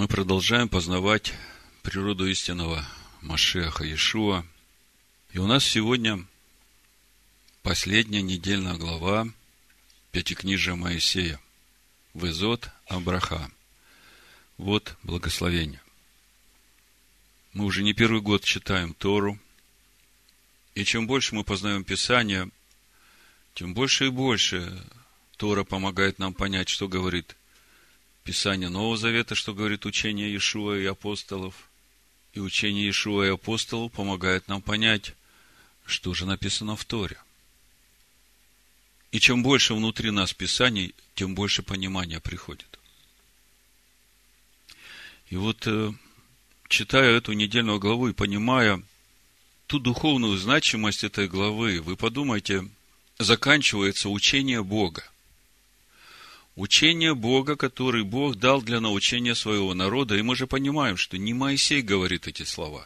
Мы продолжаем познавать природу истинного Машиаха Иешуа. И у нас сегодня последняя недельная глава Пятикнижия Моисея. Везот Абраха. Вот благословение. Мы уже не первый год читаем Тору. И чем больше мы познаем Писание, тем больше и больше Тора помогает нам понять, что говорит Писание Нового Завета, что говорит учение Иешуа и апостолов. И учение Иешуа и апостолов помогает нам понять, что же написано в Торе. И чем больше внутри нас Писаний, тем больше понимания приходит. И вот, читая эту недельную главу и понимая ту духовную значимость этой главы, вы подумайте, заканчивается учение Бога. Учение Бога, который Бог дал для научения своего народа. И мы же понимаем, что не Моисей говорит эти слова.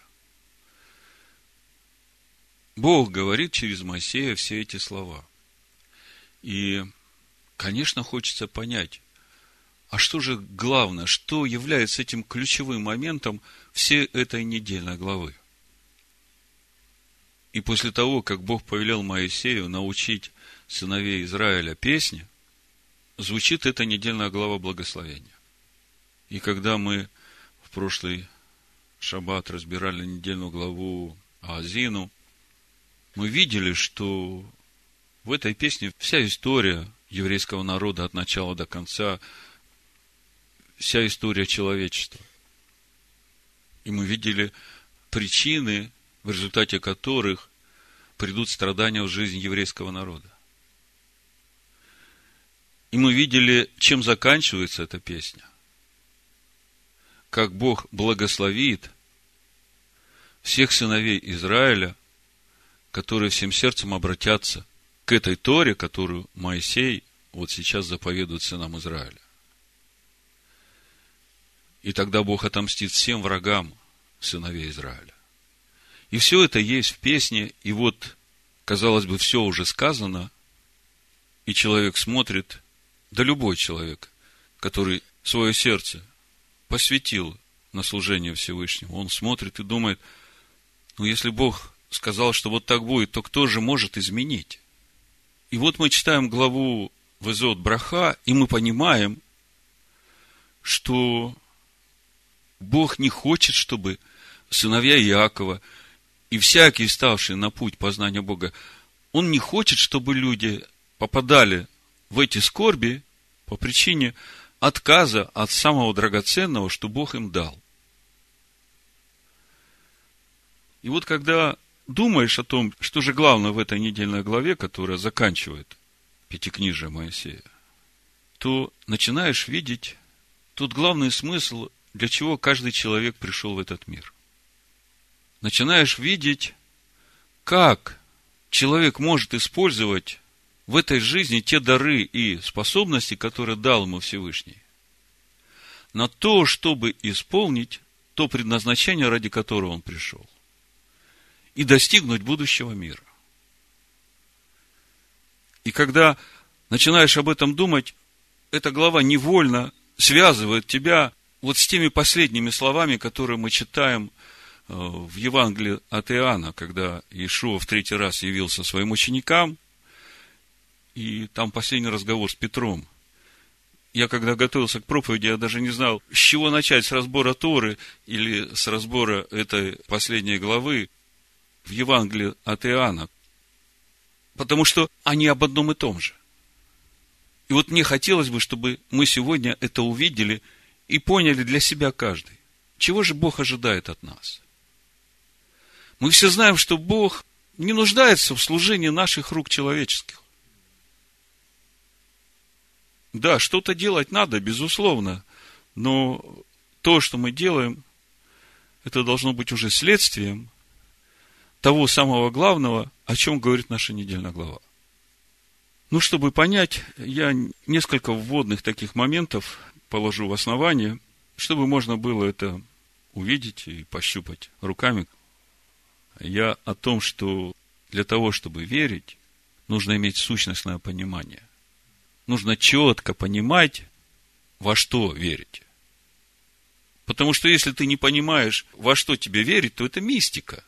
Бог говорит через Моисея все эти слова. И, конечно, хочется понять, а что же главное, что является этим ключевым моментом всей этой недельной главы? И после того, как Бог повелел Моисею научить сыновей Израиля песни, звучит эта недельная глава благословения. И когда мы в прошлый шаббат разбирали недельную главу Аазину, мы видели, что в этой песне вся история еврейского народа от начала до конца, вся история человечества. И мы видели причины, в результате которых придут страдания в жизнь еврейского народа. И мы видели, чем заканчивается эта песня. Как Бог благословит всех сыновей Израиля, которые всем сердцем обратятся к этой Торе, которую Моисей вот сейчас заповедует сынам Израиля. И тогда Бог отомстит всем врагам сыновей Израиля. И все это есть в песне, и вот, казалось бы, все уже сказано, и человек смотрит, да любой человек, который свое сердце посвятил на служение Всевышнему, он смотрит и думает, если Бог сказал, что вот так будет, то кто же может изменить? И вот мы читаем главу Везот Браха, и мы понимаем, что Бог не хочет, чтобы сыновья Иакова и всякие, ставшие на путь познания Бога, Он не хочет, чтобы люди попадали в эти скорби по причине отказа от самого драгоценного, что Бог им дал. И вот когда думаешь о том, что же главное в этой недельной главе, которая заканчивает Пятикнижие Моисея, то начинаешь видеть тот главный смысл, для чего каждый человек пришел в этот мир. Начинаешь видеть, как человек может использовать в этой жизни те дары и способности, которые дал ему Всевышний, на то, чтобы исполнить то предназначение, ради которого он пришел, и достигнуть будущего мира. И когда начинаешь об этом думать, эта глава невольно связывает тебя вот с теми последними словами, которые мы читаем в Евангелии от Иоанна, когда Иешуа в 3-й раз явился своим ученикам, и там последний разговор с Петром. Я, когда готовился к проповеди, я даже не знал, с чего начать, с разбора Торы или с разбора этой последней главы в Евангелии от Иоанна. Потому что они об одном и том же. И вот мне хотелось бы, чтобы мы сегодня это увидели и поняли для себя каждый. Чего же Бог ожидает от нас? Мы все знаем, что Бог не нуждается в служении наших рук человеческих. Да, что-то делать надо, безусловно, но то, что мы делаем, это должно быть уже следствием того самого главного, о чем говорит наша недельная глава. Чтобы понять, я несколько вводных таких моментов положу в основание, чтобы можно было это увидеть и пощупать руками. Я о том, что для того, чтобы верить, нужно иметь сущностное понимание. Нужно четко понимать, во что верите. Потому что если ты не понимаешь, во что тебе верить, то это мистика.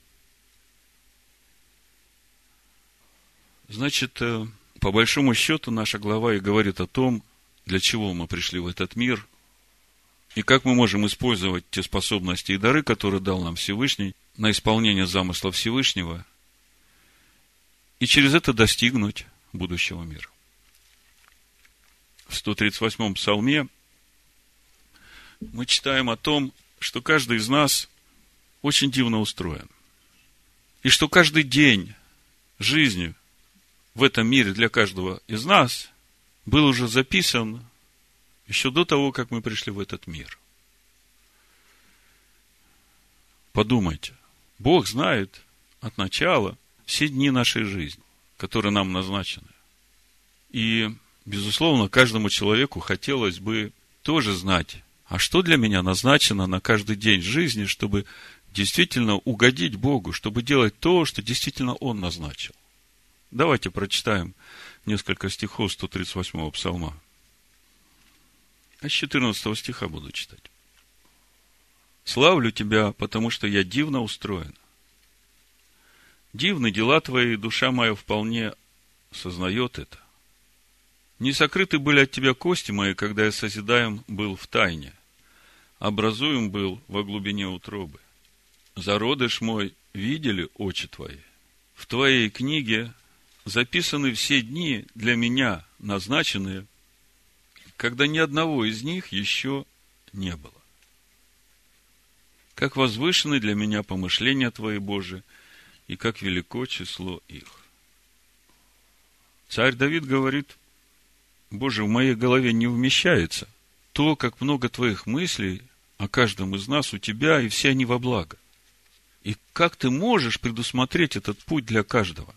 Значит, по большому счету, наша глава и говорит о том, для чего мы пришли в этот мир, и как мы можем использовать те способности и дары, которые дал нам Всевышний, на исполнение замысла Всевышнего, и через это достигнуть будущего мира. В 138-м псалме мы читаем о том, что каждый из нас очень дивно устроен. И что каждый день жизни в этом мире для каждого из нас был уже записан еще до того, как мы пришли в этот мир. Подумайте, Бог знает от начала все дни нашей жизни, которые нам назначены. И, безусловно, каждому человеку хотелось бы тоже знать, а что для меня назначено на каждый день жизни, чтобы действительно угодить Богу, чтобы делать то, что действительно Он назначил. Давайте прочитаем несколько стихов 138-го псалма. А с 14 стиха буду читать. «Славлю Тебя, потому что я дивно устроен. Дивны дела Твои, душа моя вполне сознает это. Не сокрыты были от Тебя кости мои, когда я созидаем был в тайне, образуем был во глубине утробы. Зародыш мой видели очи Твои. В Твоей книге записаны все дни для меня назначенные, когда ни одного из них еще не было. Как возвышены для меня помышления Твои, Боже, и как велико число их». Царь Давид говорит: Боже, в моей голове не вмещается то, как много Твоих мыслей о каждом из нас у Тебя, и все они во благо. И как Ты можешь предусмотреть этот путь для каждого?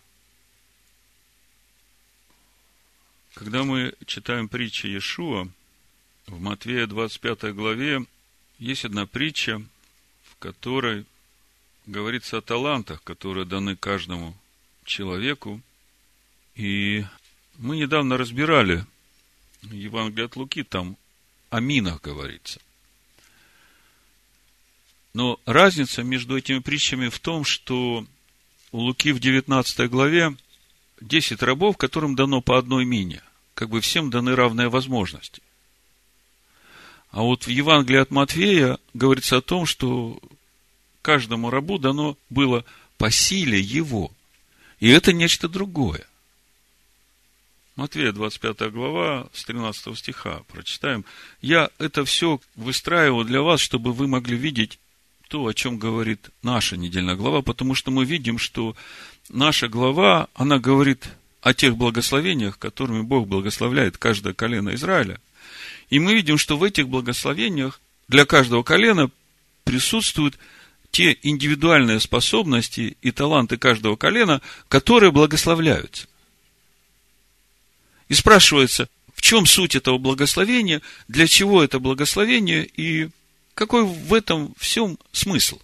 Когда мы читаем притчи Иешуа, в Матфея 25 главе есть одна притча, в которой говорится о талантах, которые даны каждому человеку. И мы недавно разбирали Евангелие от Луки, там о минах говорится. Но разница между этими притчами в том, что у Луки в 19 главе 10 рабов, которым дано по одной мине. Как бы всем даны равные возможности. А вот в Евангелии от Матфея говорится о том, что каждому рабу дано было по силе его. И это нечто другое. Матфея 25 глава, с 13 стиха прочитаем. Я это все выстраиваю для вас, чтобы вы могли видеть то, о чем говорит наша недельная глава, потому что мы видим, что наша глава, она говорит о тех благословениях, которыми Бог благословляет каждое колено Израиля. И мы видим, что в этих благословениях для каждого колена присутствуют те индивидуальные способности и таланты каждого колена, которые благословляются. И спрашивается, в чем суть этого благословения, для чего это благословение и какой в этом всем смысл.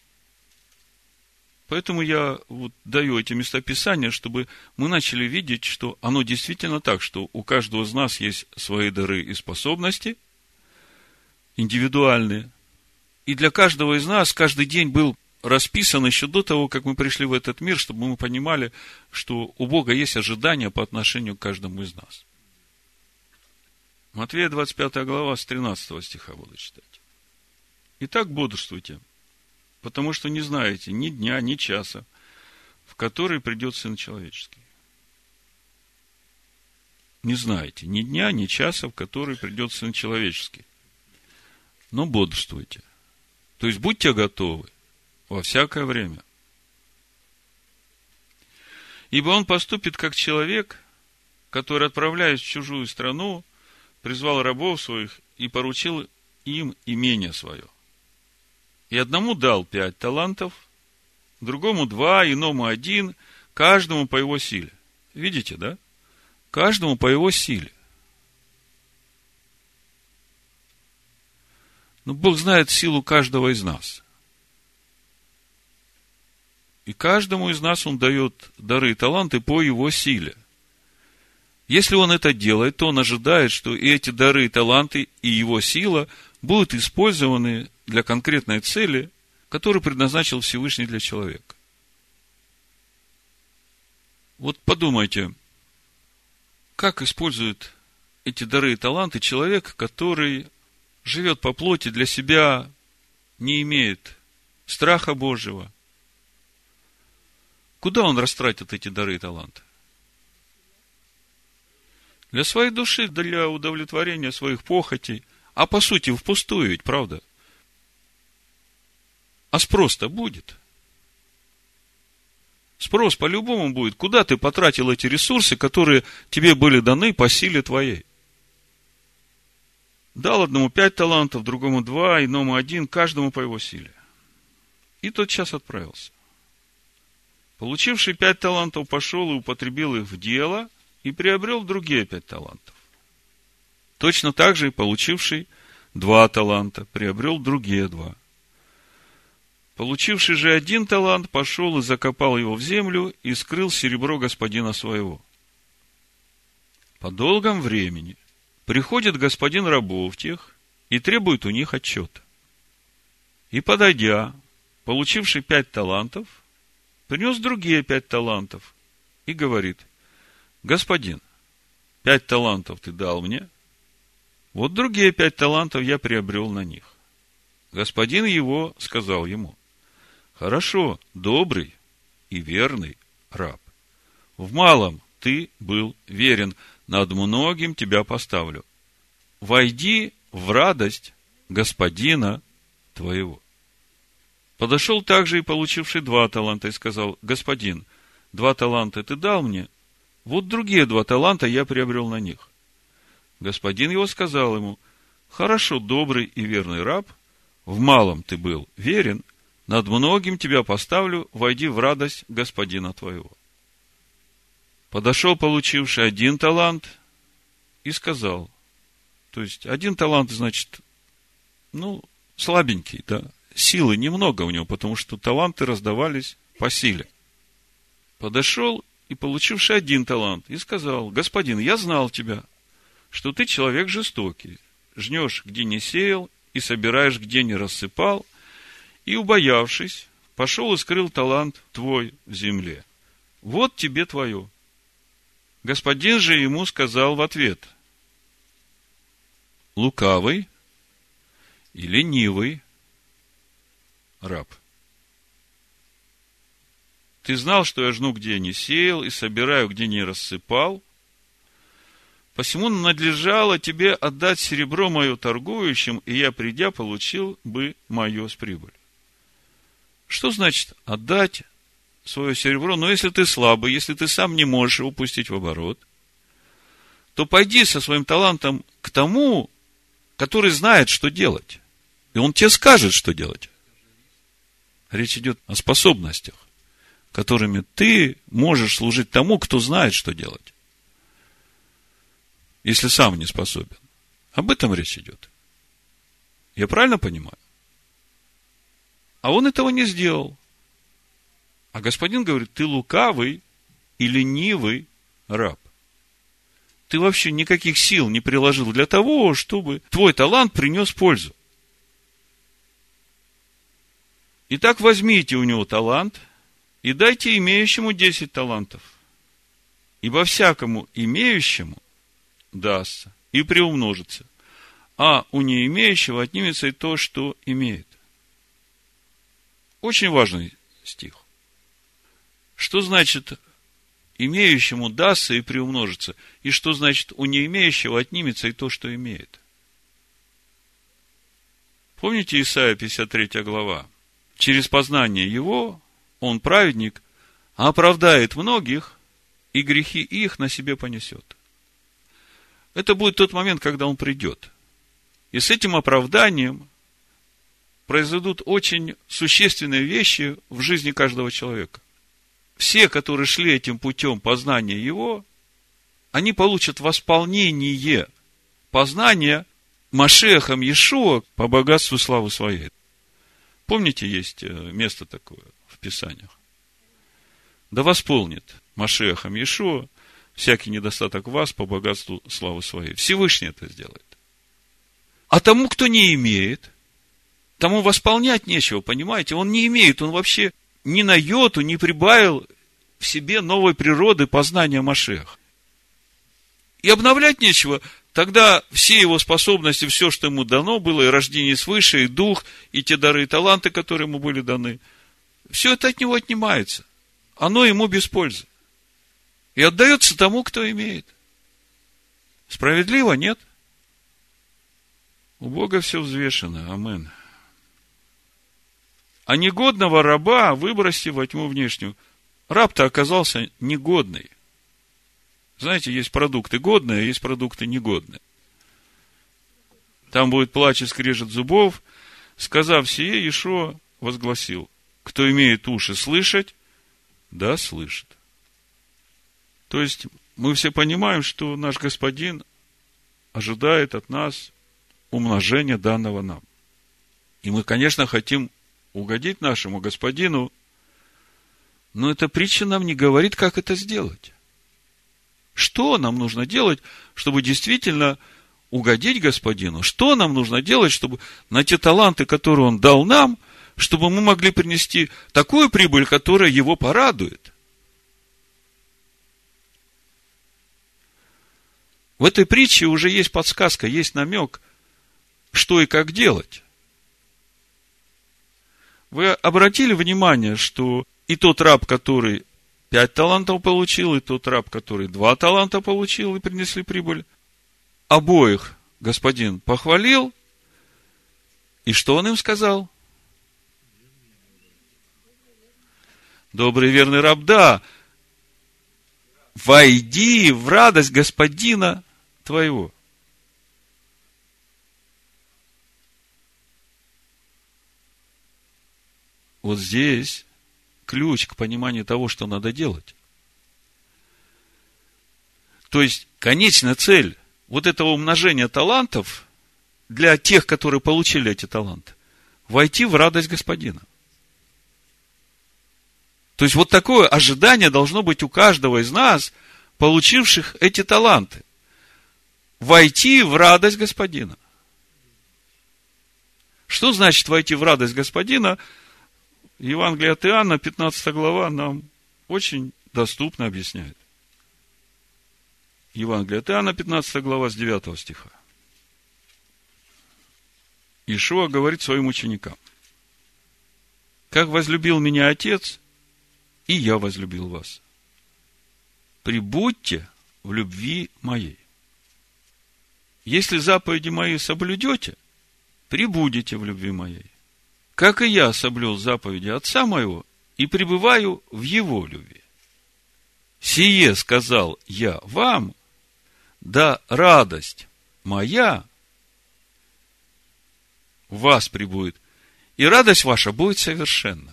Поэтому я даю эти места Писания, чтобы мы начали видеть, что оно действительно так, что у каждого из нас есть свои дары и способности, индивидуальные. И для каждого из нас каждый день был расписан еще до того, как мы пришли в этот мир, чтобы мы понимали, что у Бога есть ожидания по отношению к каждому из нас. Матфея 25 глава, с 13 стиха буду читать. «Итак, бодрствуйте, потому что не знаете ни дня, ни часа, в который придет Сын Человеческий». Не знаете ни дня, ни часа, в который придет Сын Человеческий. Но бодрствуйте. То есть, будьте готовы во всякое время. Ибо он поступит как человек, который, отправляясь в чужую страну, призвал рабов своих и поручил им имение свое. И одному дал 5 талантов, другому 2, иному 1, каждому по его силе. Видите, да? Каждому по его силе. Но Бог знает силу каждого из нас. И каждому из нас Он дает дары и таланты по его силе. Если Он это делает, то Он ожидает, что и эти дары и таланты, и его сила будут использованы для конкретной цели, которую предназначил Всевышний для человека. Вот подумайте, как использует эти дары и таланты человек, который живет по плоти, для себя не имеет страха Божьего. Куда он растратит эти дары и таланты? Для своей души, для удовлетворения своих похотей. А по сути, впустую ведь, правда? А спрос-то будет. Спрос по-любому будет. Куда ты потратил эти ресурсы, которые тебе были даны по силе твоей? Дал одному 5 талантов, другому 2, иному 1, каждому по его силе. И тотчас отправился. Получивший 5 талантов пошел и употребил их в дело, и приобрел другие 5 талантов. Точно так же и получивший 2 таланта приобрел другие 2. Получивший же 1 талант пошел и закопал его в землю и скрыл серебро господина своего. По долгом времени приходит господин рабов тех и требует у них отчета. И, подойдя, получивший 5 талантов, принес другие 5 талантов и говорит: господин, 5 талантов ты дал мне, вот другие 5 талантов я приобрел на них. Господин его сказал ему: хорошо, добрый и верный раб. В малом ты был верен, над многим тебя поставлю. Войди в радость господина твоего. Подошел также и получивший 2 таланта и сказал: господин, 2 таланта ты дал мне, вот другие 2 таланта я приобрел на них. Господин его сказал ему: хорошо, добрый и верный раб, в малом ты был верен, над многим тебя поставлю, войди в радость господина твоего. Подошел получивший 1 талант и сказал, то есть 1 талант, значит, слабенький, да, силы немного у него, потому что таланты раздавались по силе. Подошел и получивший 1 талант и сказал: господин, я знал тебя, что ты человек жестокий, жнешь, где не сеял, и собираешь, где не рассыпал, и, убоявшись, пошел и скрыл талант твой в земле. Вот тебе твое. Господин же ему сказал в ответ: лукавый и ленивый раб. Ты знал, что я жну, где не сеял, и собираю, где не рассыпал. Посему надлежало тебе отдать серебро мое торгующим, и я, придя, получил бы мое с прибылью. Что значит отдать свое серебро? Но если ты слабый, если ты сам не можешь его пустить в оборот, то пойди со своим талантом к тому, который знает, что делать. И он тебе скажет, что делать. Речь идет о способностях, которыми ты можешь служить тому, кто знает, что делать. Если сам не способен. Об этом речь идет. Я правильно понимаю? А он этого не сделал. А господин говорит: ты лукавый и ленивый раб. Ты вообще никаких сил не приложил для того, чтобы твой талант принес пользу. Итак, возьмите у него талант и дайте имеющему 10 талантов. Ибо всякому имеющему дастся и приумножится, а у не имеющего отнимется и то, что имеет. Очень важный стих. Что значит имеющему дастся и приумножится? И что значит у не имеющего отнимется и то, что имеет? Помните Исайя 53 глава? Через познание его он, праведник, оправдает многих, и грехи их на себе понесет. Это будет тот момент, когда он придет. И с этим оправданием произойдут очень существенные вещи в жизни каждого человека. Все, которые шли этим путем познания его, они получат восполнение познания Машиахом Иешуа по богатству славы своей. Помните, есть место такое в Писаниях? Да восполнит Машиахом Иешуа всякий недостаток в вас по богатству славы своей. Всевышний это сделает. А тому, кто не имеет, тому восполнять нечего, понимаете? Он не имеет, он вообще ни на йоту не прибавил в себе новой природы познания Машиаха. И обновлять нечего. Тогда все его способности, все, что ему дано было, и рождение свыше, и дух, и те дары, и таланты, которые ему были даны, все это от него отнимается. Оно ему без пользы. И отдается тому, кто имеет. Справедливо? Нет. У Бога все взвешено. Амин. А негодного раба выбросьте во тьму внешнюю. Раб-то оказался негодный. Знаете, есть продукты годные, а есть продукты негодные. Там будет плач и скрежет зубов. Сказав сие, Иешуа возгласил: кто имеет уши слышать, да слышит. То есть, мы все понимаем, что наш Господин ожидает от нас умножения данного нам. И мы, конечно, хотим угодить нашему Господину, но эта притча нам не говорит, как это сделать. Что нам нужно делать, чтобы действительно угодить Господину? Что нам нужно делать, чтобы на те таланты, которые Он дал нам, чтобы мы могли принести такую прибыль, которая Его порадует? В этой притче уже есть подсказка, есть намек, что и как делать. Вы обратили внимание, что и тот раб, который 5 талантов получил, и тот раб, который 2 таланта получил и принесли прибыль, обоих Господин похвалил, и что он им сказал? Добрый верный раб, да, войди в радость Господина твоего. Вот здесь ключ к пониманию того, что надо делать. То есть, конечная цель вот этого умножения талантов для тех, которые получили эти таланты, войти в радость Господина. То есть, вот такое ожидание должно быть у каждого из нас, получивших эти таланты. Войти в радость Господина. Что значит войти в радость Господина? Евангелие от Иоанна, 15 глава, нам очень доступно объясняет. Евангелие от Иоанна, 15 глава, с 9 стиха. Иешуа говорит своим ученикам: как возлюбил меня Отец, и я возлюбил вас. Прибудьте в любви моей. Если заповеди мои соблюдете, прибудете в любви моей. Как и я соблюл заповеди Отца моего и пребываю в Его любви. Сие сказал я вам, да радость моя в вас пребудет, и радость ваша будет совершенна.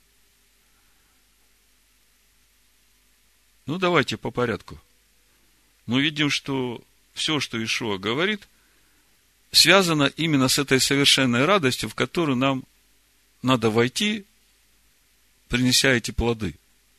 Ну, давайте по порядку. Мы видим, что все, что Иешуа говорит, связано именно с этой совершенной радостью, в которую нам надо войти, принеся эти плоды.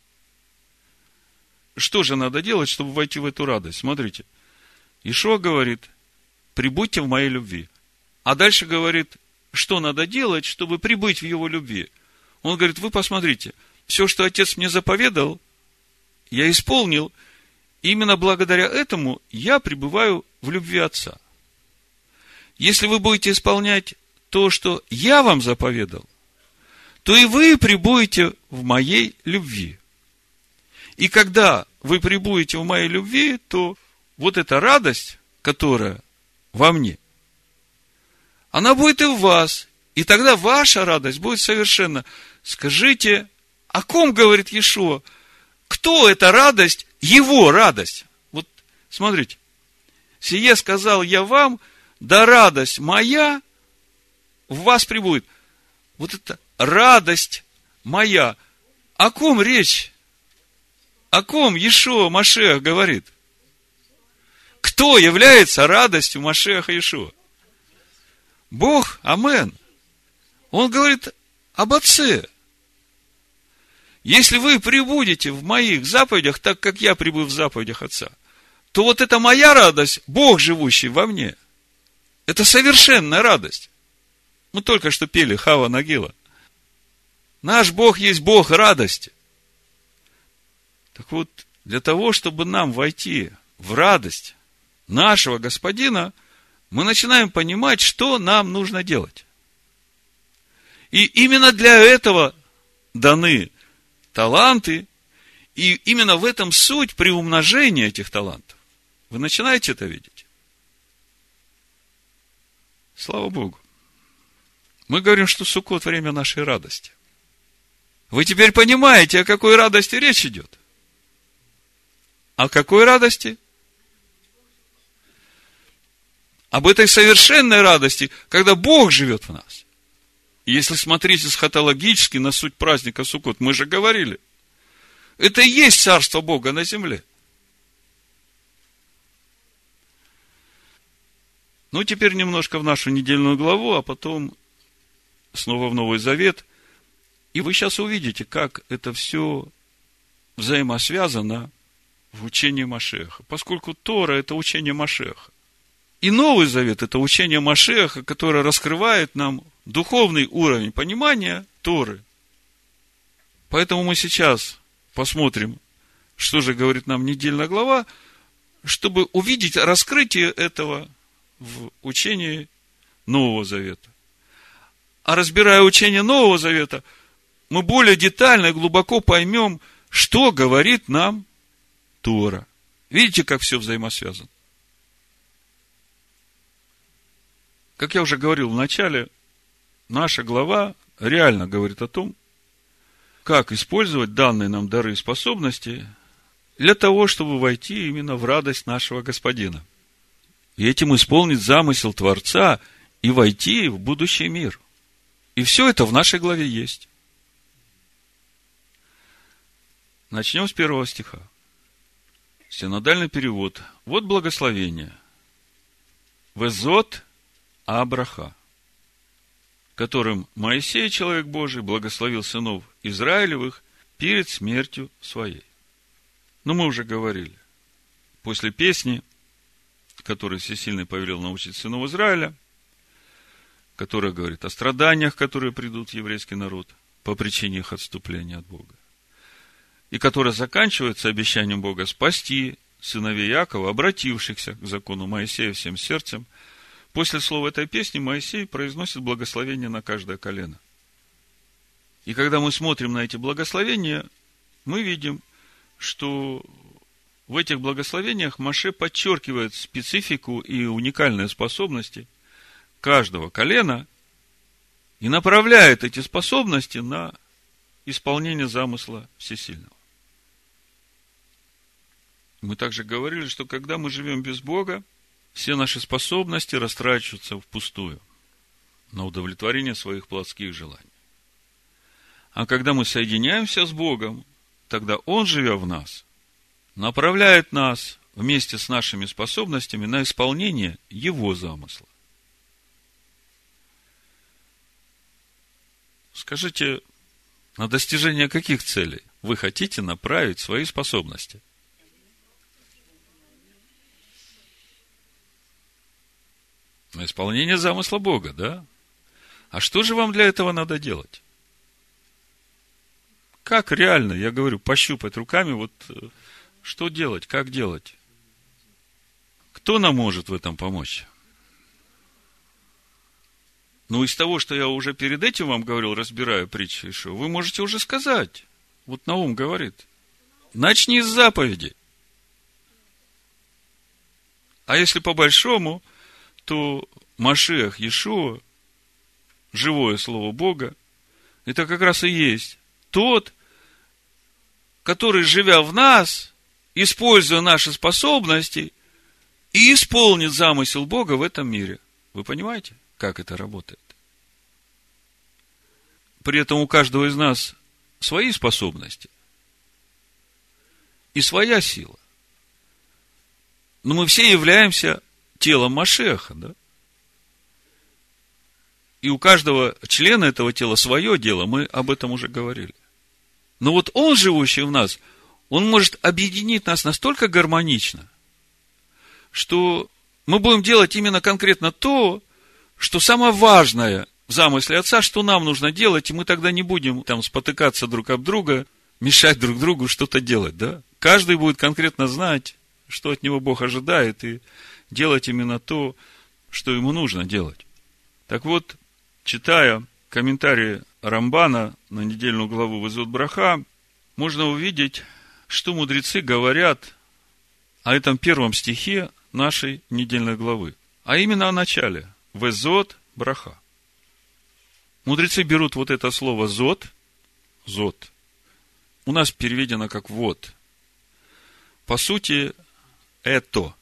Что же надо делать, чтобы войти в эту радость? Смотрите, Иешуа говорит: прибудьте в моей любви. А дальше говорит, что надо делать, чтобы прибыть в Его любви. Он говорит: вы посмотрите, все, что Отец мне заповедал, я исполнил, и именно благодаря этому я пребываю в любви Отца. Если вы будете исполнять то, что я вам заповедал, то и вы пребудете в моей любви. И когда вы пребудете в моей любви, то вот эта радость, которая во мне, она будет и в вас. И тогда ваша радость будет совершенна. Скажите, о ком говорит Иешуа? Кто эта радость? Его радость. Вот смотрите. Сие сказал я вам, да радость моя в вас пребудет. Вот это радость моя. О ком речь? О ком Иешуа Машиах говорит? Кто является радостью Машиаха Иешуа? Бог, амен. Он говорит об Отце. Если вы пребудете в моих заповедях, так как я пребыл в заповедях Отца, то вот это моя радость, Бог, живущий во мне. Это совершенная радость. Мы только что пели Хава Нагила. Наш Бог есть Бог радости. Так вот, для того, чтобы нам войти в радость нашего Господина, мы начинаем понимать, что нам нужно делать. И именно для этого даны таланты, и именно в этом суть приумножения этих талантов. Вы начинаете это видеть? Слава Богу. Мы говорим, что Суккот – время нашей радости. Вы теперь понимаете, о какой радости речь идет? О какой радости? Об этой совершенной радости, когда Бог живет в нас. И если смотреть эсхатологически на суть праздника Суккот, мы же говорили, это и есть царство Бога на земле. Ну, теперь немножко в нашу недельную главу, а потом снова в Новый Завет. И вы сейчас увидите, как это все взаимосвязано в учении Машиаха. Поскольку Тора – это учение Машиаха. И Новый Завет – это учение Машиаха, которое раскрывает нам духовный уровень понимания Торы. Поэтому мы сейчас посмотрим, что же говорит нам недельная глава, чтобы увидеть раскрытие этого в учении Нового Завета. А разбирая учение Нового Завета, мы более детально и глубоко поймем, что говорит нам Тора. Видите, как все взаимосвязано? Как я уже говорил в начале, наша глава реально говорит о том, как использовать данные нам дары и способности для того, чтобы войти именно в радость нашего Господина. И этим исполнить замысел Творца и войти в будущий мир. И все это в нашей главе есть. Начнем с 1 стиха. Синодальный перевод. Вот благословение. Везот Абраха, которым Моисей, человек Божий, благословил сынов Израилевых перед смертью своей. Но мы уже говорили. После песни, которой Всесильный повелел научить сынов Израиля, которая говорит о страданиях, которые придут в еврейский народ по причине их отступления от Бога, и которая заканчивается обещанием Бога спасти сыновей Иакова, обратившихся к закону Моисея всем сердцем. После слова этой песни Моисей произносит благословение на каждое колено. И когда мы смотрим на эти благословения, мы видим, что в этих благословениях Моше подчеркивает специфику и уникальные способности каждого колена и направляет эти способности на исполнение замысла Всесильного. Мы также говорили, что когда мы живем без Бога, все наши способности растрачиваются впустую на удовлетворение своих плотских желаний. А когда мы соединяемся с Богом, тогда Он, живя в нас, направляет нас вместе с нашими способностями на исполнение Его замысла. Скажите, на достижение каких целей вы хотите направить свои способности? На исполнение замысла Бога, да? А что же вам для этого надо делать? Как реально, я говорю, пощупать руками, вот что делать, как делать? Кто нам может в этом помочь? Ну, из того, что я уже перед этим вам говорил, разбирая притчи Ишуа, вы можете уже сказать. Вот Наум говорит, начни с заповеди. А если по-большому, то Машиах Иешуа, живое Слово Бога, это как раз и есть тот, который, живя в нас, используя наши способности, и исполнит замысел Бога в этом мире. Вы понимаете, как это работает? При этом у каждого из нас свои способности и своя сила. Но мы все являемся телом Машиаха, да? И у каждого члена этого тела свое дело, мы об этом уже говорили. Но вот Он, живущий в нас, Он может объединить нас настолько гармонично, что мы будем делать именно конкретно то, что самое важное в замысле Отца, что нам нужно делать, и мы тогда не будем там спотыкаться друг об друга, мешать друг другу что-то делать, да? Каждый будет конкретно знать, что от него Бог ожидает, и делать именно то, что ему нужно делать. Так вот, читая комментарии Рамбана на недельную главу Везот Браха, можно увидеть, что мудрецы говорят о этом первом стихе нашей недельной главы, а именно о начале. Везот Браха. Мудрецы берут вот это слово зот, зот. У нас переведено как вот. По сути, это.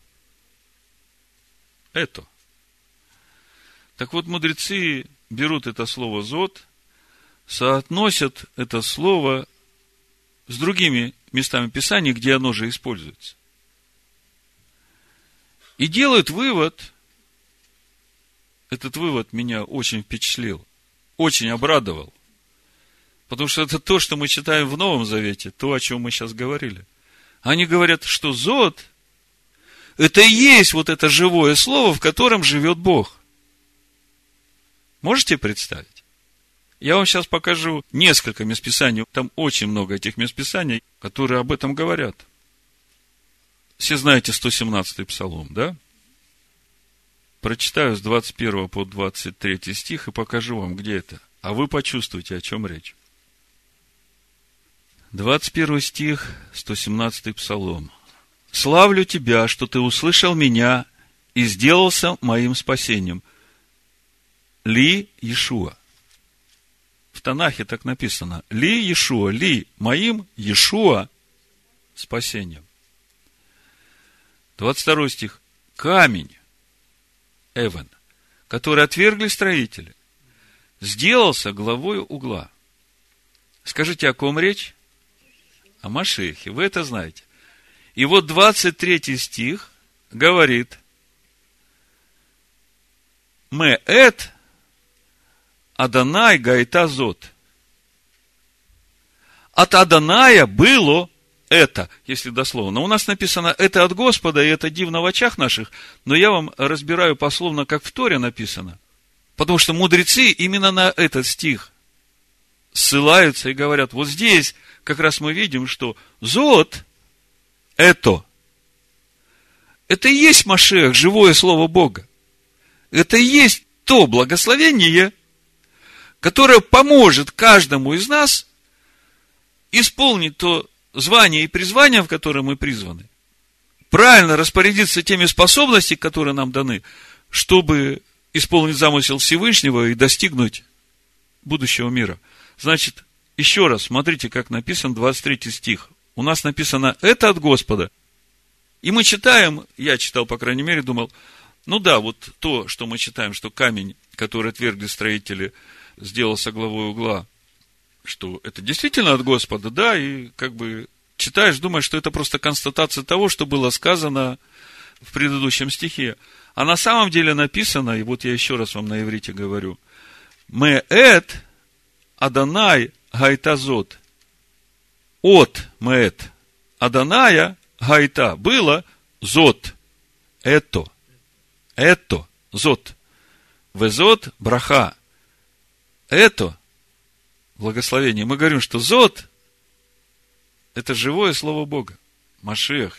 Это. Так вот, мудрецы берут это слово зот, соотносят это слово с другими местами Писания, где оно же используется. И делают вывод, этот вывод меня очень впечатлил, очень обрадовал, потому что это то, что мы читаем в Новом Завете, то, о чем мы сейчас говорили. Они говорят, что зод – это и есть вот это живое слово, в котором живет Бог. Можете представить? Я вам сейчас покажу несколько местописаний, там очень много этих местописаний, которые об этом говорят. Все знаете 117-й псалом, да? Прочитаю с 21 по 23 стих и покажу вам, где это. А вы почувствуете, о чем речь. 21 стих, 117-й псалом. «Славлю Тебя, что Ты услышал меня и сделался моим спасением. Ли Иешуа». В Танахе так написано. Ли Иешуа, ли моим Иешуа спасением. 22 стих. Камень, Эвен, который отвергли строители, сделался главою угла. Скажите, о ком речь? О Машиахе. Вы это знаете. И вот 23 стих говорит: Меэт Адонай Гайта Зот. От Адоная было это, если дословно. У нас написано это от Господа, и это дивно в очах наших, но я вам разбираю пословно, как в Торе написано. Потому что мудрецы именно на этот стих ссылаются и говорят, вот здесь как раз мы видим, что Зот это и есть Машиах, живое слово Бога. Это и есть то благословение, которое поможет каждому из нас исполнить то звание и призвание, в которое мы призваны, правильно распорядиться теми способностями, которые нам даны, чтобы исполнить замысел Всевышнего и достигнуть будущего мира. Значит, еще раз, смотрите, как написан 23 стих. У нас написано «это от Господа». И мы читаем, я читал, по крайней мере, думал, ну да, вот то, что мы читаем, что камень, который отвергли строители, сделался главой угла, что это действительно от Господа, да, и как бы читаешь, думаешь, что это просто констатация того, что было сказано в предыдущем стихе. А на самом деле написано, и вот я еще раз вам на иврите говорю, Меэт Адонай Гайта Зот. От Меэт Адоная Гайта было Зот. Это, Зот. Везот Браха. Это благословение. Мы говорим, что Зот это живое слово Бога. Машиах.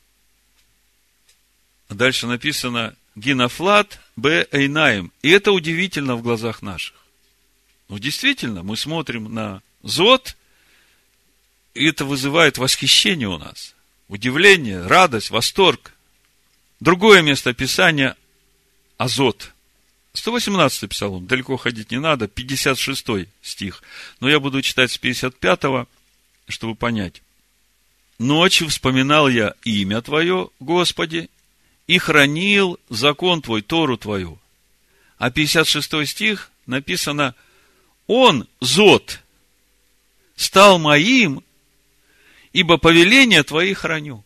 Дальше написано Гинафлат Б Эйнаим. И это удивительно в глазах наших. Ну, действительно, мы смотрим на Зот, и это вызывает восхищение у нас. Удивление, радость, восторг. Другое место Писания Азот. 118-й псалом, далеко ходить не надо, 56-й стих. Но я буду читать с 55-го, чтобы понять. «Ночью вспоминал я имя Твое, Господи, и хранил закон Твой, Тору Твою». А 56-й стих написано «Он, Зот, стал моим, ибо повеления Твои храню».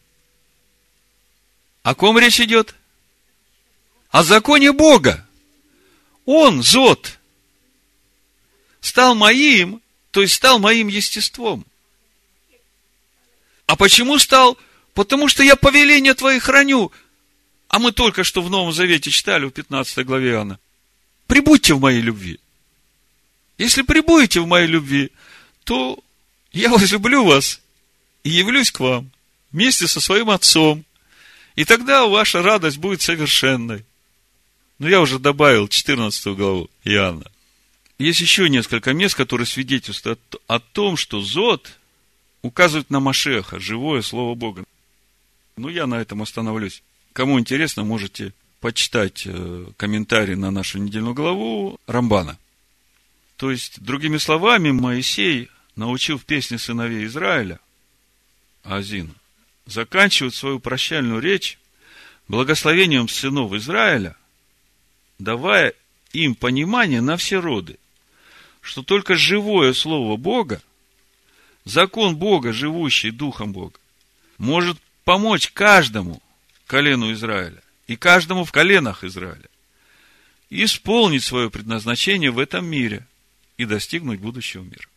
О ком речь идет? О законе Бога. Он, Зот, стал моим, то есть стал моим естеством. А почему стал? Потому что я повеления Твои храню. А мы только что в Новом Завете читали в 15 главе Иоанна. Прибудьте в моей любви. Если прибудете в моей любви, то я возлюблю вас и явлюсь к вам вместе со своим Отцом. И тогда ваша радость будет совершенной. Но я уже добавил 14 главу Иоанна. Есть еще несколько мест, которые свидетельствуют о том, что Зод указывает на Машеха, живое Слово Бога. Я на этом остановлюсь. Кому интересно, можете почитать комментарий на нашу недельную главу Рамбана. То есть, другими словами, Моисей научил в песне сыновей Израиля, Азин, заканчивать свою прощальную речь благословением сынов Израиля, давая им понимание на все роды, что только живое Слово Бога, закон Бога, живущий Духом Бога, может помочь каждому колену Израиля и каждому в коленах Израиля исполнить свое предназначение в этом мире и достигнуть будущего мира.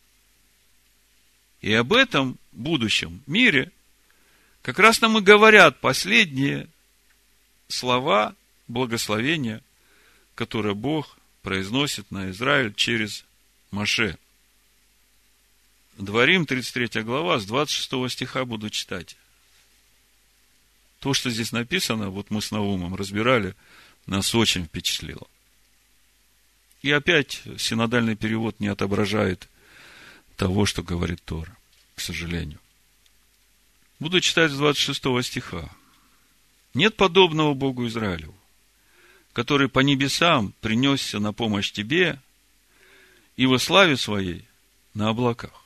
И об этом будущем мире как раз нам и говорят последние слова благословения, которые Бог произносит на Израиль через Моше. Дворим, 33 глава, с 26 стиха буду читать. То, что здесь написано, вот мы с Наумом разбирали, нас очень впечатлило. И опять синодальный перевод не отображает того, что говорит Тора, к сожалению. Буду читать с 26 стиха. «Нет подобного Богу Израилеву, который по небесам принесся на помощь тебе и во славе своей на облаках.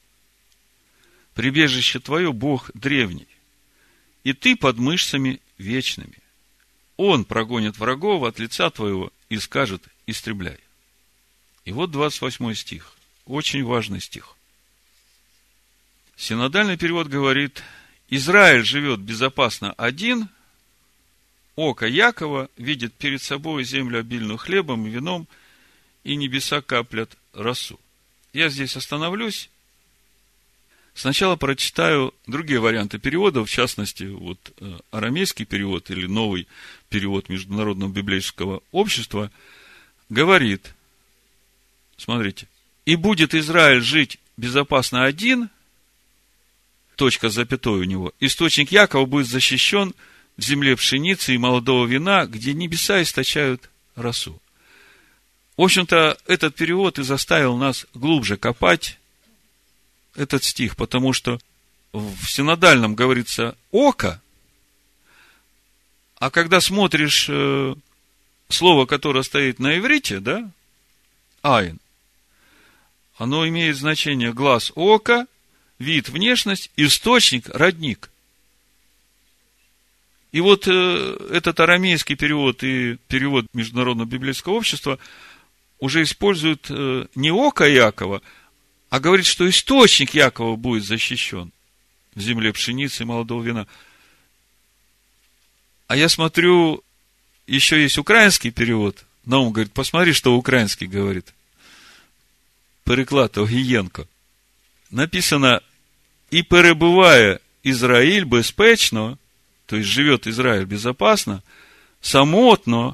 Прибежище твое Бог древний, и ты под мышцами вечными. Он прогонит врагов от лица твоего и скажет: истребляй». И вот 28 стих. Очень важный стих. Синодальный перевод говорит: Израиль живет безопасно один, око Якова видит перед собой землю обильную хлебом и вином, и небеса каплят росу. Я здесь остановлюсь. Сначала прочитаю другие варианты перевода, в частности, арамейский перевод или новый перевод Международного библейского общества говорит, смотрите: «И будет Израиль жить безопасно один», точка с запятой у него, «источник Якова будет защищен в земле пшеницы и молодого вина, где небеса источают росу». В общем-то, этот перевод и заставил нас глубже копать этот стих, потому что в синодальном говорится «око», а когда смотришь слово, которое стоит на иврите, да, «айн», оно имеет значение глаз, око, вид, внешность, источник, родник. И вот этот арамейский перевод и перевод Международного библейского общества уже используют не око Якова, а говорит, что источник Якова будет защищен в земле пшеницы и молодого вина. А я смотрю, еще есть украинский перевод. Наум говорит: посмотри, что украинский говорит. Переклад Огієнко. Написано: «И перебывая Израиль безпечно», то есть живет Израиль безопасно, самотно,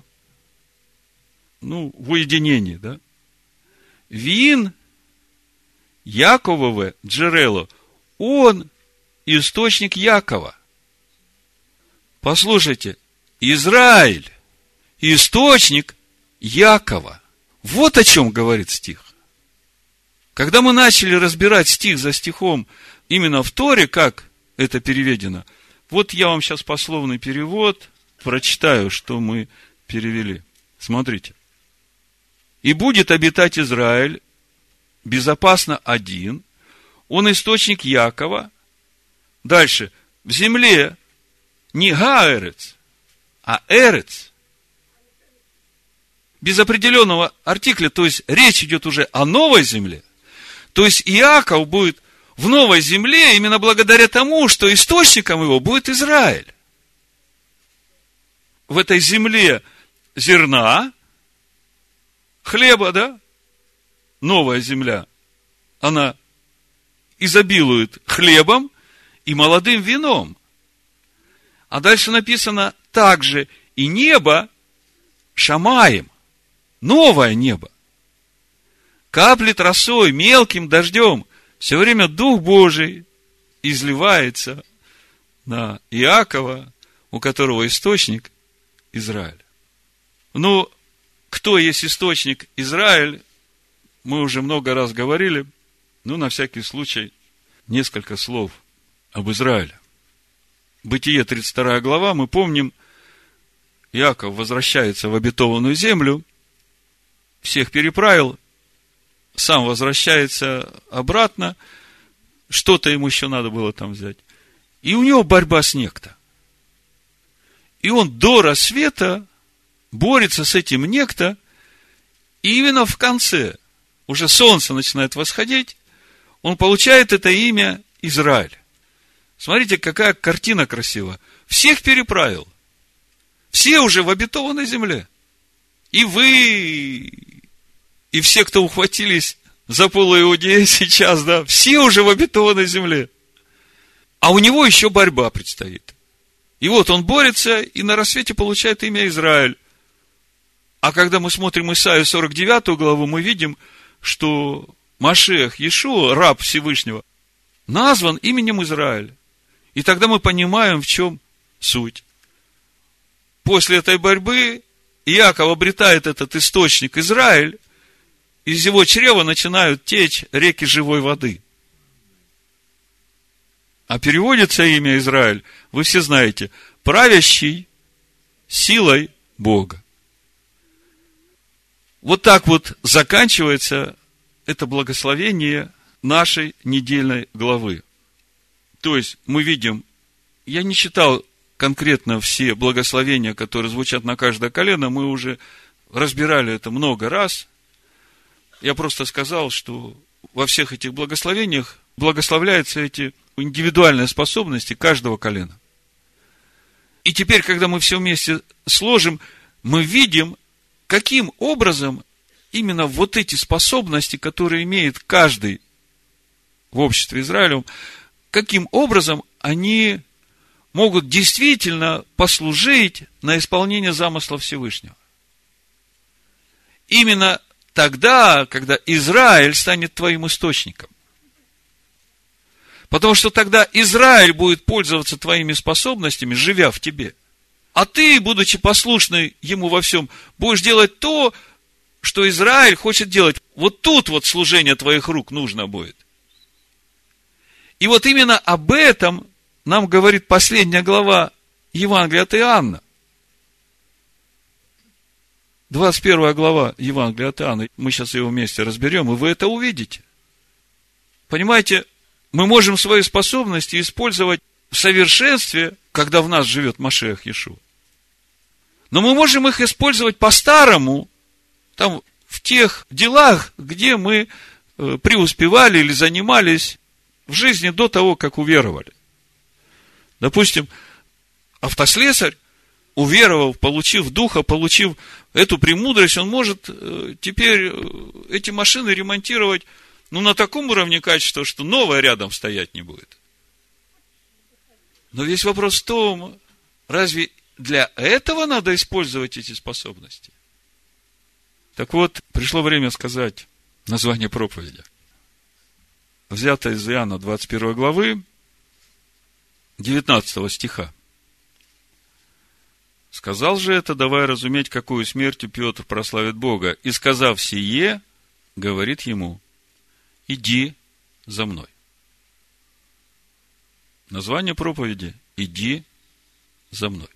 в уединении, да, «Він Яковове джерело, он источник Якова». Послушайте, Израиль источник Якова. Вот о чем говорит стих. Когда мы начали разбирать стих за стихом именно в Торе, как это переведено, вот я вам сейчас пословный перевод прочитаю, что мы перевели. Смотрите. «И будет обитать Израиль безопасно один, он источник Якова». Дальше. «В земле не Гаэрец, а Эрец». Без определенного артикля, то есть речь идет уже о новой земле. То есть Иаков будет в новой земле именно благодаря тому, что источником его будет Израиль. В этой земле зерна, хлеба, да? Новая земля, она изобилует хлебом и молодым вином. А дальше написано также: И небо шамаем, новое небо, каплет росой, мелким дождем, все время Дух Божий изливается на Иакова, у которого источник Израиль. Ну, кто есть источник Израиль, мы уже много раз говорили, но на всякий случай несколько слов об Израиле. Бытие 32 глава, мы помним, Иаков возвращается в обетованную землю, всех переправил, сам возвращается обратно, что-то ему еще надо было там взять. И у него борьба с некто. И он до рассвета борется с этим некто, и именно в конце, уже солнце начинает восходить, он получает это имя Израиль. Смотрите, какая картина красивая. Всех переправил. Все уже в обетованной земле. И вы, и все, кто ухватились за полу Иудеи сейчас, да, все уже в обетованной земле. А у него еще борьба предстоит. И вот он борется, и на рассвете получает имя Израиль. А когда мы смотрим Исаию 49 главу, мы видим, что Машиах Иешуа, раб Всевышнего, назван именем Израиль. И тогда мы понимаем, в чем суть. После этой борьбы Иаков обретает этот источник Израиль, из его чрева начинают течь реки живой воды. А переводится имя Израиль, вы все знаете, правящий силой Бога. Вот так вот заканчивается это благословение нашей недельной главы. То есть мы видим, я не читал конкретно все благословения, которые звучат на каждое колено, мы уже разбирали это много раз. Я просто сказал, что во всех этих благословениях благословляются эти индивидуальные способности каждого колена. И теперь, когда мы все вместе сложим, мы видим, каким образом именно вот эти способности, которые имеет каждый в обществе Израилевом, каким образом они могут действительно послужить на исполнение замысла Всевышнего. Именно тогда, когда Израиль станет твоим источником. Потому что тогда Израиль будет пользоваться твоими способностями, живя в тебе. А ты, будучи послушный ему во всем, будешь делать то, что Израиль хочет делать. Вот тут вот служение твоих рук нужно будет. И вот именно об этом нам говорит последняя глава Евангелия от Иоанна. 21 глава Евангелия от Иоанна. Мы сейчас его вместе разберем, и вы это увидите. Понимаете, мы можем свои способности использовать в совершенстве, когда в нас живет Машиах Иешуа. Но мы можем их использовать по-старому, там, в тех делах, где мы преуспевали или занимались в жизни до того, как уверовали. Допустим, автослесарь, уверовав, получив духа, получив эту премудрость, он может теперь эти машины ремонтировать, на таком уровне качества, что новое рядом стоять не будет. Но весь вопрос в том, разве для этого надо использовать эти способности? Так вот, пришло время сказать название проповеди. Взято из Иоанна 21 главы, 19 стиха. Сказал же это, давая разуметь, какую смертью Петр прославит Бога. И сказав сие, говорит ему: иди за мной. Название проповеди: иди за мной.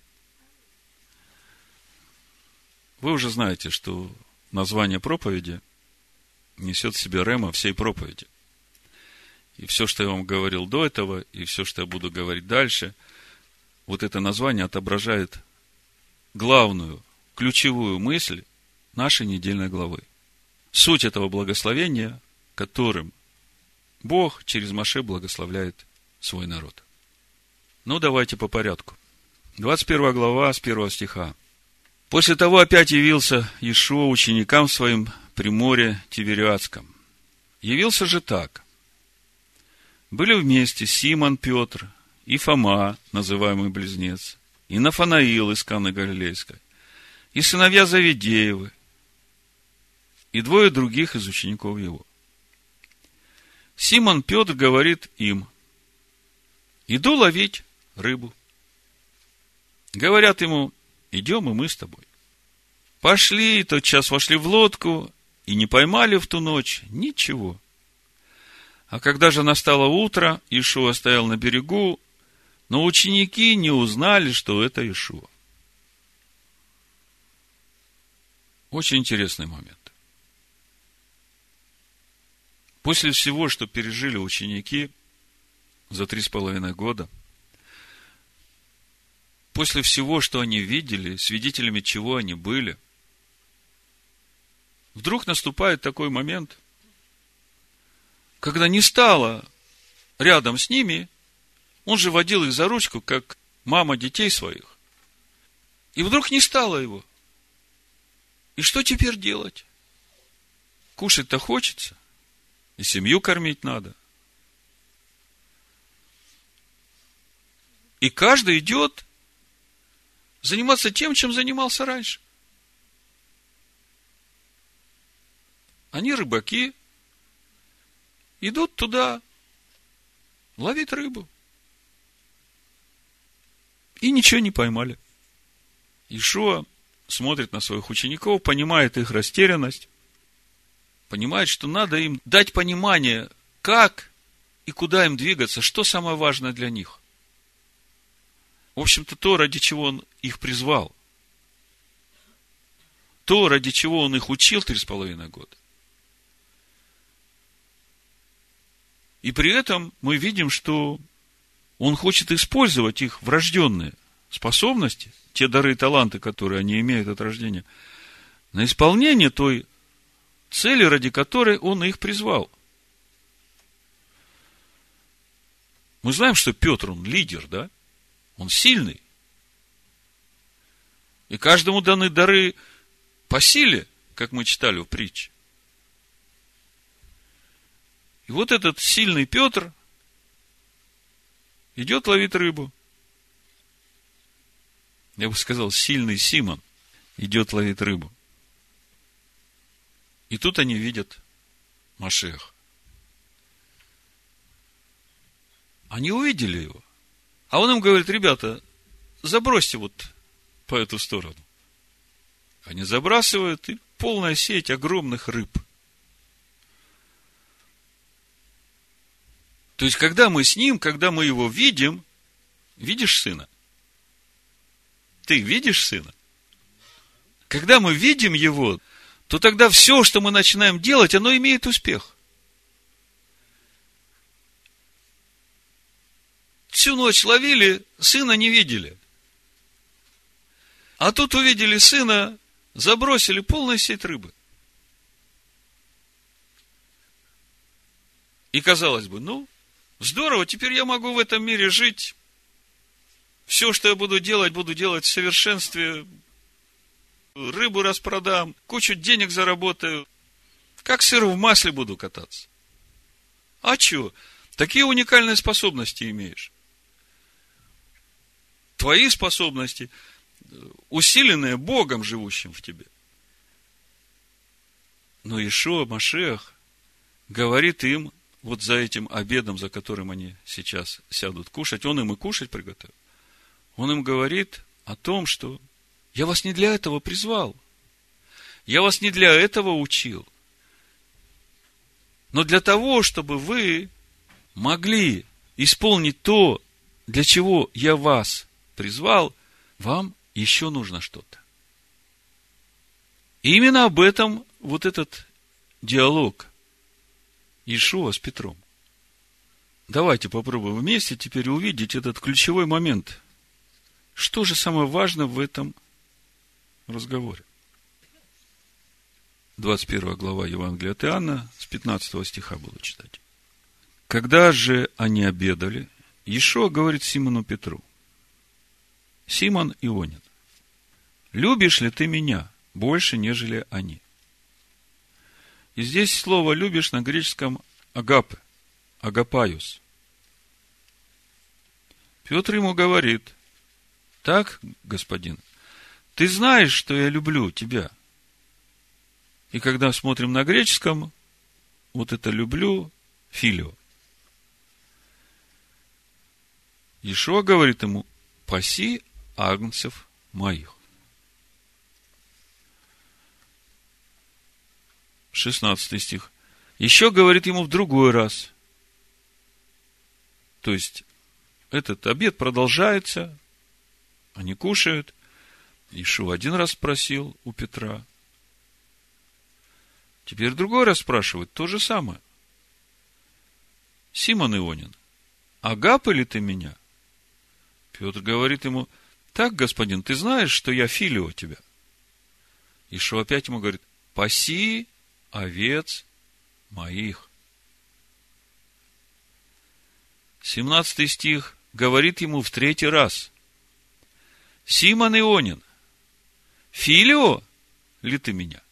Вы уже знаете, что название проповеди несет в себе рема всей проповеди. И все, что я вам говорил до этого, и все, что я буду говорить дальше, вот это название отображает главную, ключевую мысль нашей недельной главы. Суть этого благословения, которым Бог через Моше благословляет свой народ. Давайте по порядку. 21 глава, с 1 стиха. После того опять явился Иешуа ученикам своим при море Тивериадском. Явился же так. Были вместе Симон Петр и Фома, называемый Близнец, и Нафанаил из Каны Галилейской, и сыновья Завидеевы, и двое других из учеников его. Симон Петр говорит им: иду ловить рыбу. Говорят ему: идем и мы с тобой. Пошли, тотчас вошли в лодку, и не поймали в ту ночь ничего. А когда же настало утро, Иешуа стоял на берегу, но ученики не узнали, что это Иешуа. Очень интересный момент. После всего, что пережили ученики за 3,5 года, после всего, что они видели, свидетелями чего они были, вдруг наступает такой момент, когда не стало рядом с ними, он же водил их за ручку, как мама детей своих, и вдруг не стало его. И что теперь делать? Кушать-то хочется, и семью кормить надо. И каждый идет заниматься тем, чем занимался раньше. Они рыбаки, идут туда ловить рыбу. И ничего не поймали. Иешуа смотрит на своих учеников, понимает их растерянность, понимает, что надо им дать понимание, как и куда им двигаться, что самое важное для них. В общем-то, то, ради чего он их призвал. То, ради чего он их учил 3,5 года. И при этом мы видим, что он хочет использовать их врожденные способности, те дары и таланты, которые они имеют от рождения, на исполнение той цели, ради которой он их призвал. Мы знаем, что Петр, он лидер, да? Он сильный. И каждому даны дары по силе, как мы читали в притче. И вот этот сильный Петр идет ловить рыбу. Я бы сказал, сильный Симон идет ловить рыбу. И тут они видят Машиаха. Они увидели его. А он им говорит: ребята, забросьте вот по эту сторону. Они забрасывают, и полная сеть огромных рыб. То есть, когда мы с ним, когда мы его видим, видишь сына? Ты видишь сына? Когда мы видим его, то тогда все, что мы начинаем делать, оно имеет успех. Всю ночь ловили, сына не видели. А тут увидели сына, забросили полную сеть рыбы. И казалось бы, здорово, теперь я могу в этом мире жить. Все, что я буду делать в совершенстве. Рыбу распродам, кучу денег заработаю. Как сыр в масле буду кататься. А чё? Такие уникальные способности имеешь. Твои способности, усиленные Богом, живущим в тебе. Но Иешуа Машиах говорит им, вот за этим обедом, за которым они сейчас сядут кушать, он им и кушать приготовил. Он им говорит о том, что я вас не для этого призвал. Я вас не для этого учил. Но для того, чтобы вы могли исполнить то, для чего я вас призвал, вам еще нужно что-то. И именно об этом вот этот диалог Иешуа с Петром. Давайте попробуем вместе теперь увидеть этот ключевой момент. Что же самое важное в этом разговоре? 21 глава Евангелия от Иоанна, с 15 стиха буду читать. Когда же они обедали, Иешуа говорит Симону Петру: Симон Ионин, любишь ли ты меня больше, нежели они? И здесь слово «любишь» на греческом агапе, агапаюс. Петр ему говорит: Так, господин? Ты знаешь, что я люблю тебя. И когда смотрим на греческом, вот это люблю, филио. Иешуа говорит ему: паси агнцев моих. 16 стих. Еще говорит ему в другой раз. То есть, этот обед продолжается, они кушают. Иешуа один раз спросил у Петра. Теперь другой раз спрашивает то же самое. Симон Ионин, агапы ли ты меня? Петр говорит ему: так, господин, ты знаешь, что я филио тебя. Иешуа опять ему говорит: паси овец моих. 17 стих говорит ему в третий раз: Симон Ионин, филио ли ты меня?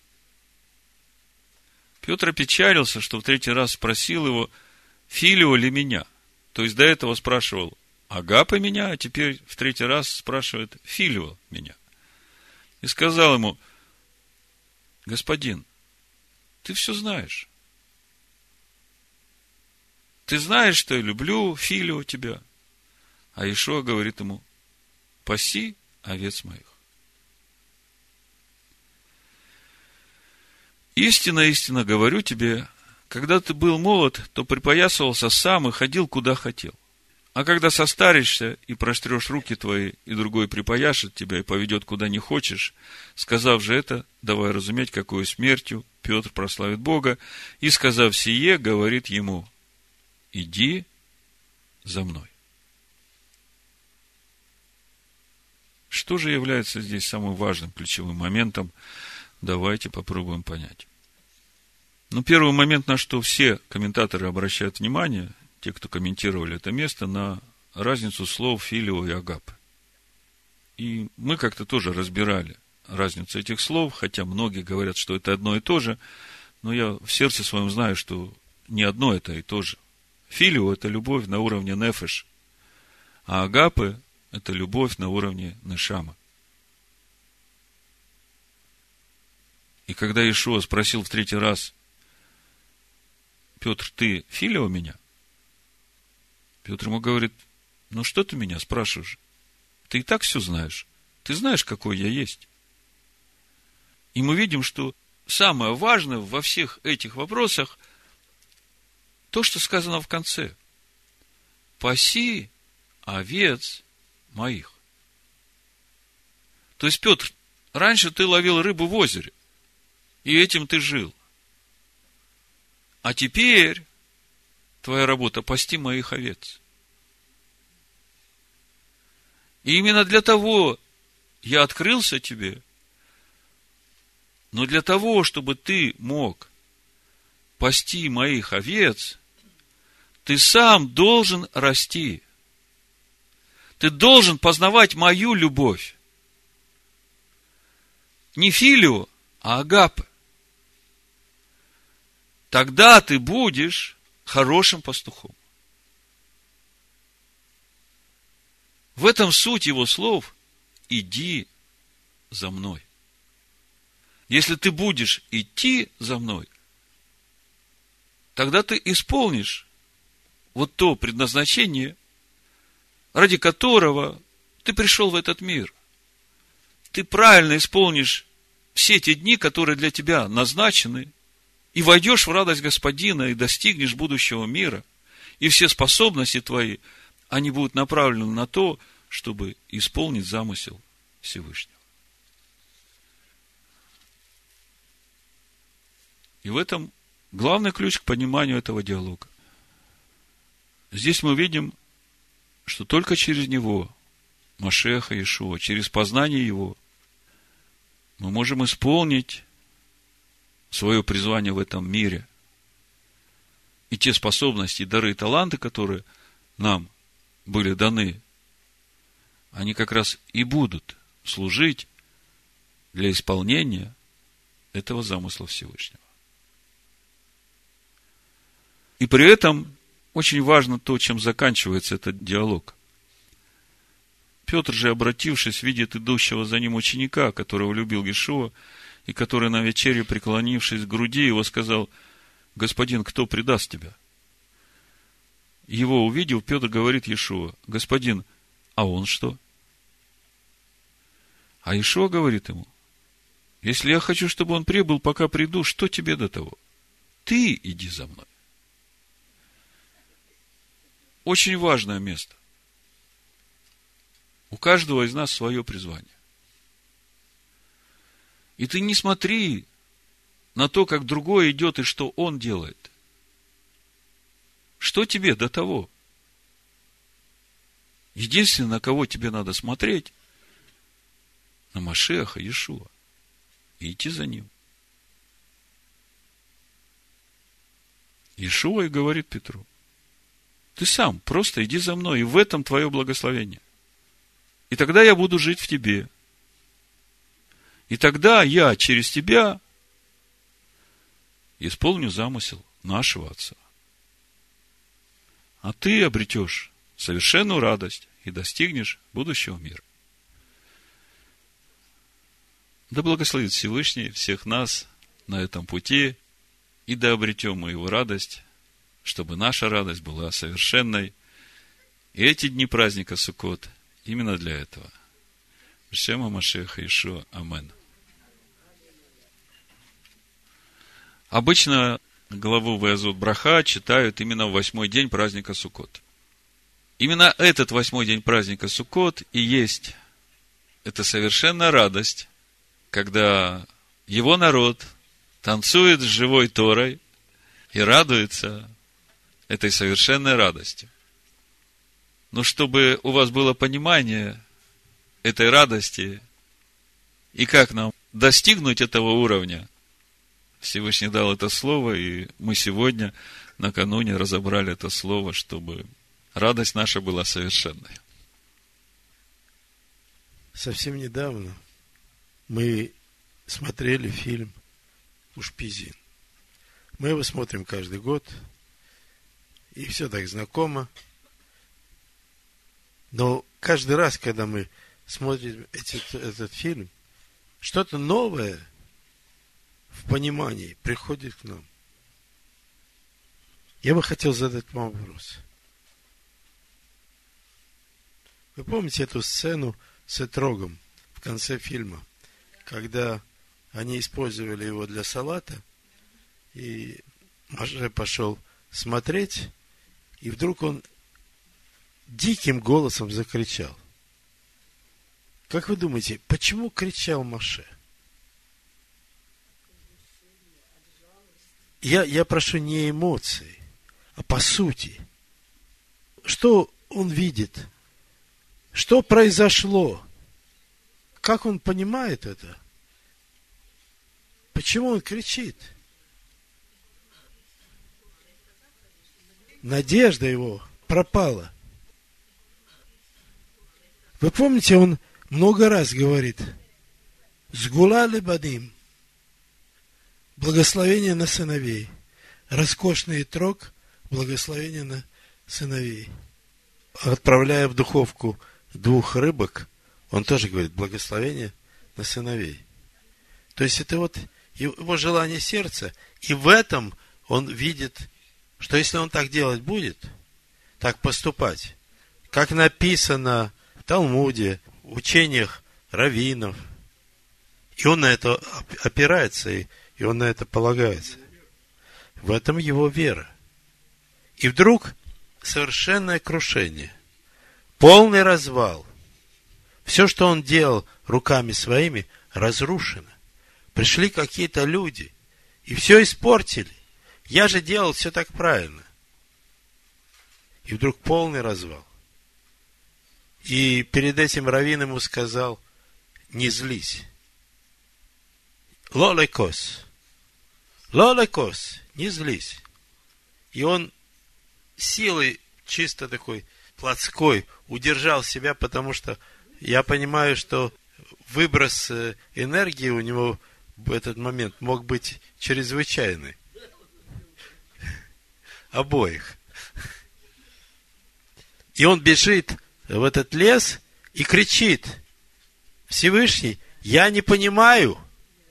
Петр опечалился, что в третий раз спросил его: филио ли меня? То есть, до этого спрашивал: агапы меня, а теперь в третий раз спрашивает: филио меня. И сказал ему: господин, ты все знаешь. Ты знаешь, что я люблю филио тебя. А Иешуа говорит ему: паси овец моих. Истинно, истинно говорю тебе, когда ты был молод, то припоясывался сам и ходил, куда хотел. А когда состаришься и прострешь руки твои, и другой припояшет тебя и поведет, куда не хочешь, сказав же это, давай разуметь, какой смертью Петр прославит Бога, и, сказав сие, говорит ему: иди за мной. Что же является здесь самым важным ключевым моментом? Давайте попробуем понять. Первый момент, на что все комментаторы обращают внимание, те, кто комментировали это место, на разницу слов филио и агапы. И мы как-то тоже разбирали разницу этих слов, хотя многие говорят, что это одно и то же, но я в сердце своем знаю, что не одно это и то же. Филио – это любовь на уровне нефеш, а агапы – это любовь на уровне нешама. И когда Иешуа спросил в третий раз: Петр, ты филио меня? Петр ему говорит: что ты меня спрашиваешь? Ты и так все знаешь. Ты знаешь, какой я есть. И мы видим, что самое важное во всех этих вопросах то, что сказано в конце: паси овец моих. То есть, Петр, раньше ты ловил рыбу в озере, и этим ты жил. А теперь твоя работа — пасти моих овец. И именно для того я открылся тебе, но для того, чтобы ты мог пасти моих овец, ты сам должен расти. Ты должен познавать мою любовь. Не филио, а агапы. Тогда ты будешь хорошим пастухом. В этом суть его слов: иди за мной. Если ты будешь идти за мной, тогда ты исполнишь вот то предназначение, ради которого ты пришел в этот мир. Ты правильно исполнишь все те дни, которые для тебя назначены, и войдешь в радость Господина, и достигнешь будущего мира, и все способности твои, они будут направлены на то, чтобы исполнить замысел Всевышнего. И в этом главный ключ к пониманию этого диалога. Здесь мы видим, что только через него, Машеха Иешуа, через познание его, мы можем исполнить свое призвание в этом мире. И те способности, дары и таланты, которые нам были даны, они как раз и будут служить для исполнения этого замысла Всевышнего. И при этом очень важно то, чем заканчивается этот диалог. Петр же, обратившись, видит идущего за ним ученика, которого любил Иешуа, и который на вечере, преклонившись к груди его, сказал: Господин, кто предаст тебя? Его увидев, Петр говорит Иешуа: Господин, а он что? А Иешуа говорит ему: если я хочу, чтобы он прибыл, пока приду, что тебе до того? Ты иди за мной. Очень важное место. У каждого из нас свое призвание. И ты не смотри на то, как другой идет и что он делает. Что тебе до того? Единственное, на кого тебе надо смотреть, на Машиаха Иешуа, и идти за ним. Иешуа и говорит Петру: ты сам просто иди за мной, и в этом твое благословение. И тогда я буду жить в тебе. И тогда я через тебя исполню замысел нашего Отца. А ты обретешь совершенную радость и достигнешь будущего мира. Да благословит Всевышний всех нас на этом пути, и да обретем мы его радость, чтобы наша радость была совершенной. И эти дни праздника Суккот именно для этого. Б'Шем ха-Машиаха Иешуа. Амен. Обычно главу Ваязот Браха читают именно в 8-й день праздника Суккот. Именно этот 8-й день праздника Суккот и есть эта совершенная радость, когда его народ танцует с живой Торой и радуется этой совершенной радостью. Но чтобы у вас было понимание этой радости и как нам достигнуть этого уровня, Всевышний дал это слово, и мы сегодня, накануне, разобрали это слово, чтобы радость наша была совершенной. Совсем недавно мы смотрели фильм «Ушпизин». Мы его смотрим каждый год, и все так знакомо. Но каждый раз, когда мы смотрим этот фильм, что-то новое в понимании приходит к нам. Я бы хотел задать вам вопрос. Вы помните эту сцену с Этрогом в конце фильма, когда они использовали его для салата, и Моше пошел смотреть, и вдруг он диким голосом закричал. Как вы думаете, почему кричал Моше? Я прошу не эмоций, а по сути. Что он видит? Что произошло? Как он понимает это? Почему он кричит? Надежда его пропала. Вы помните, он много раз говорит: «Сгула лебадим», благословение на сыновей. Роскошный Этрог, благословение на сыновей. Отправляя в духовку 2 рыбок, он тоже говорит: благословение на сыновей. То есть это вот его желание сердца. И в этом он видит, что если он так делать будет, так поступать, как написано в Талмуде, в учениях раввинов, и он на это опирается, и он на это полагается. В этом его вера. И вдруг совершенное крушение, полный развал. Все, что он делал руками своими, разрушено. Пришли какие-то люди и все испортили. Я же делал все так правильно. И вдруг полный развал. И перед этим раввин ему сказал: не злись. Лолекос. Лолекос. Не злись. И он силой чисто такой плотской удержал себя, потому что я понимаю, что выброс энергии у него в этот момент мог быть чрезвычайный. Обоих. И он бежит в этот лес и кричит: Всевышний, я не понимаю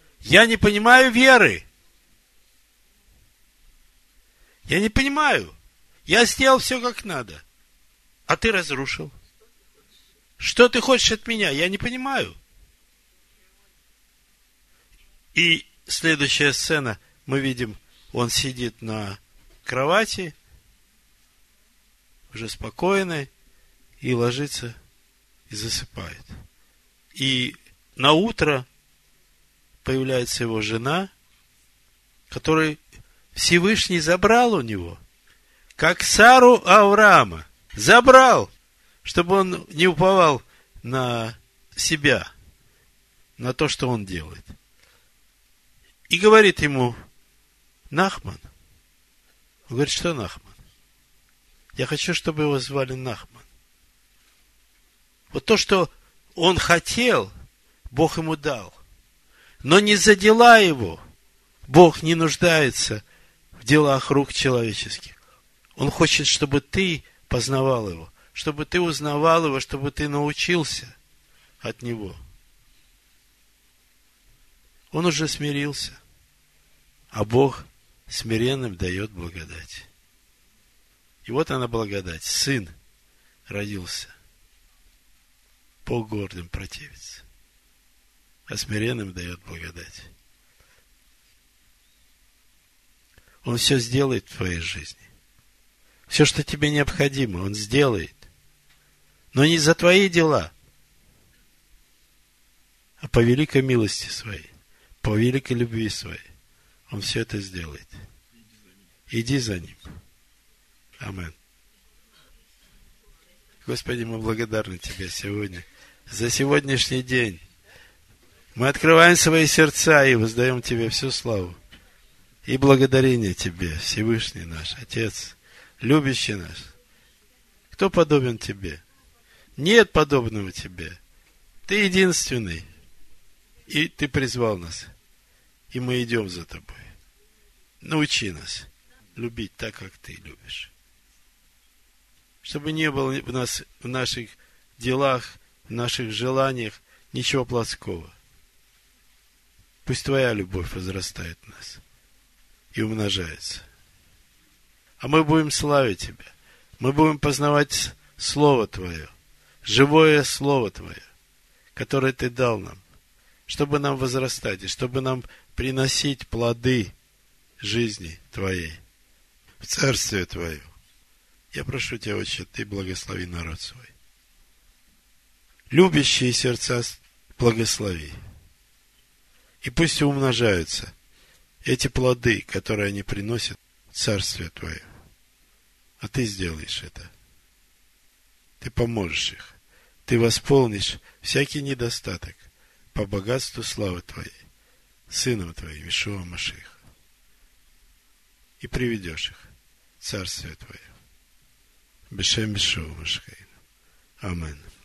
веры. Я не понимаю. Я сделал все как надо, а ты разрушил. Что ты хочешь от меня? Я не понимаю. И следующая сцена, мы видим, он сидит на кровати, уже спокойный, и ложится, и засыпает. И на утро появляется его жена, которую Всевышний забрал у него, как Сару Авраама. Забрал, чтобы он не уповал на себя, на то, что он делает. И говорит ему: Нахман. Он говорит: что Нахман? Я хочу, чтобы его звали Нахман. Вот то, что он хотел, Бог ему дал. Но не за дела его. Бог не нуждается в делах рук человеческих. Он хочет, чтобы ты познавал его, чтобы ты узнавал его, чтобы ты научился от него. Он уже смирился, а Бог смиренным дает благодать. И вот она благодать. Сын родился. Бог гордым противится, а смиренным дает благодать. Он все сделает в твоей жизни. Все, что тебе необходимо, Он сделает. Но не за твои дела, а по великой милости Своей, по великой любви Своей. Он все это сделает. Иди за Ним. Амин. Господи, мы благодарны Тебе сегодня за сегодняшний день. Мы открываем свои сердца и воздаем Тебе всю славу и благодарение Тебе, Всевышний наш Отец, любящий нас. Кто подобен Тебе? Нет подобного Тебе. Ты единственный. И Ты призвал нас. И мы идем за Тобой. Научи нас любить так, как Ты любишь. Чтобы не было в нас, в наших делах, в наших желаниях ничего плотского. Пусть Твоя любовь возрастает в нас и умножается. А мы будем славить Тебя. Мы будем познавать Слово Твое, живое Слово Твое, которое Ты дал нам, чтобы нам возрастать и чтобы нам приносить плоды жизни Твоей в Царствие Твое. Я прошу Тебя, Отче, Ты благослови народ свой. Любящие сердца благослови. И пусть умножаются эти плоды, которые они приносят в Царствие Твое. А Ты сделаешь это. Ты поможешь их. Ты восполнишь всякий недостаток по богатству славы Твоей, Сыном Твоим, Иешуа Машиаха. И приведешь их в Царствие Твое. Бешем Иешуа Машиаха. Амин.